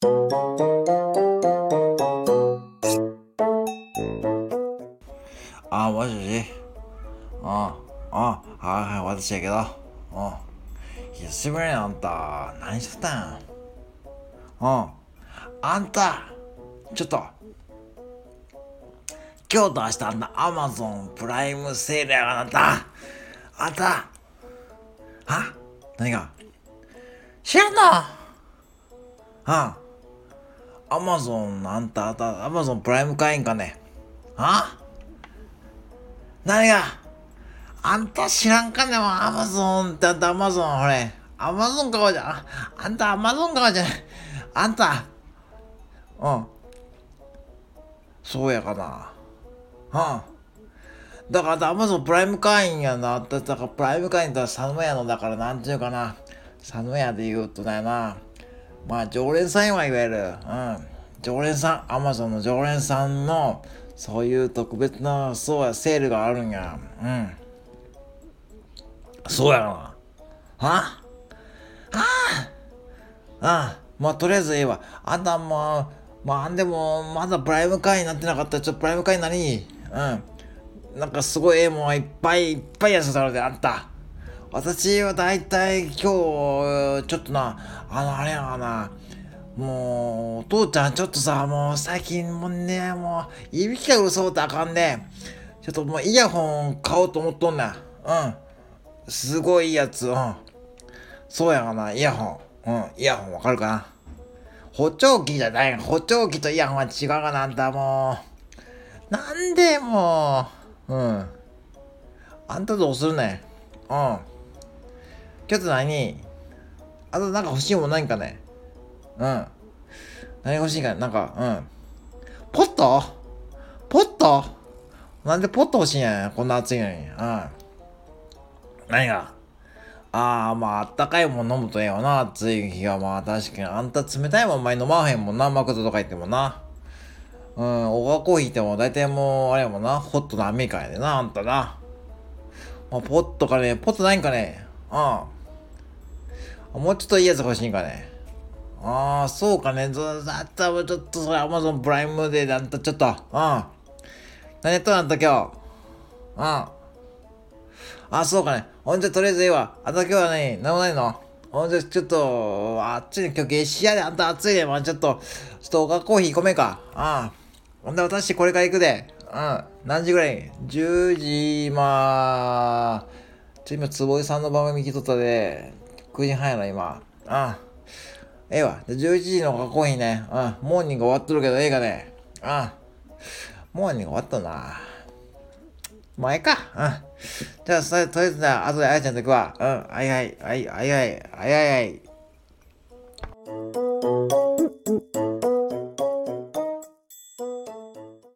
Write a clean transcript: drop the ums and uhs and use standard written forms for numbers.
もしもし。はい、私やけど。久しぶりにあんた、何しとったんあんた、ちょっと、今日と明日あんた、アマゾンプライムセールやがなあんた、何が知らんのアマゾン、あんた、アマゾンプライム会員かね何があんた知らんかねアマゾンってあんたアマゾン、アマゾン側じゃ、あんたアマゾン側じゃない。あんた、そうやかな。だからアマゾンプライム会員やな。だからプライム会員ってサムヤのだからなんていうかな。サムヤで言うとだよな。まあ常連さんはいわゆる、常連さん、アマゾンの常連さんの、そういう特別な、そうや、セールがあるんや。そうやな。まあとりあえずええわ。あんたでも、まだプライム会員になってなかったら、ちょっとプライム会員なんかすごいええもんいっぱいいっぱい安くなるで、あんた。私はだいたい今日、ちょっとな、あれやがな。もう、お父ちゃんちょっとさ、もう最近もうね、もう、いびきがうるそうとあかんね。ちょっともうイヤホン買おうと思っとんねん。すごいいいやつ。そうやがな、イヤホン。イヤホンわかるかな。補聴器じゃない。補聴器とイヤホンは違うがな、あんたもう。なんでもう。あんたどうするねちょっとあとなんか欲しいもんないんかね何欲しいかねポットなんでポット欲しいんやこんな暑いのに。何がまああったかいもん飲むとええわな。暑い日はまあ確かに。あんた冷たいもんあんまり飲まへんもんな。マクドとか行ってもな。オガコーヒーっても大体もうあれやもんな。ホットなアメリカやでな、あんたな。ポットかね、ポットないんかね。もうちょっといいやつ欲しいんかね。そうかね。だったらちょっとそれアマゾンプライムでなんとちょっと。何やっとんあんた今日。そうかね。ほんじゃとりあえずいいわ。あんた今日はね、なんもないのほんじゃちょっと、暑いね。今日夏至やで。あんた暑いね。まあちょっとオガコーヒー行こめか。ほんで私これから行くで。何時ぐらい ?10 時、今、坪井さんの番組聞きとったで、9時半やな、今。ええわ。11時のコーヒーね。モーニング終わっとるけど、ええかね。モーニング終わったな。もうええか。じゃあ、とりあえずな、後であやちゃんと行くわ。はいはい。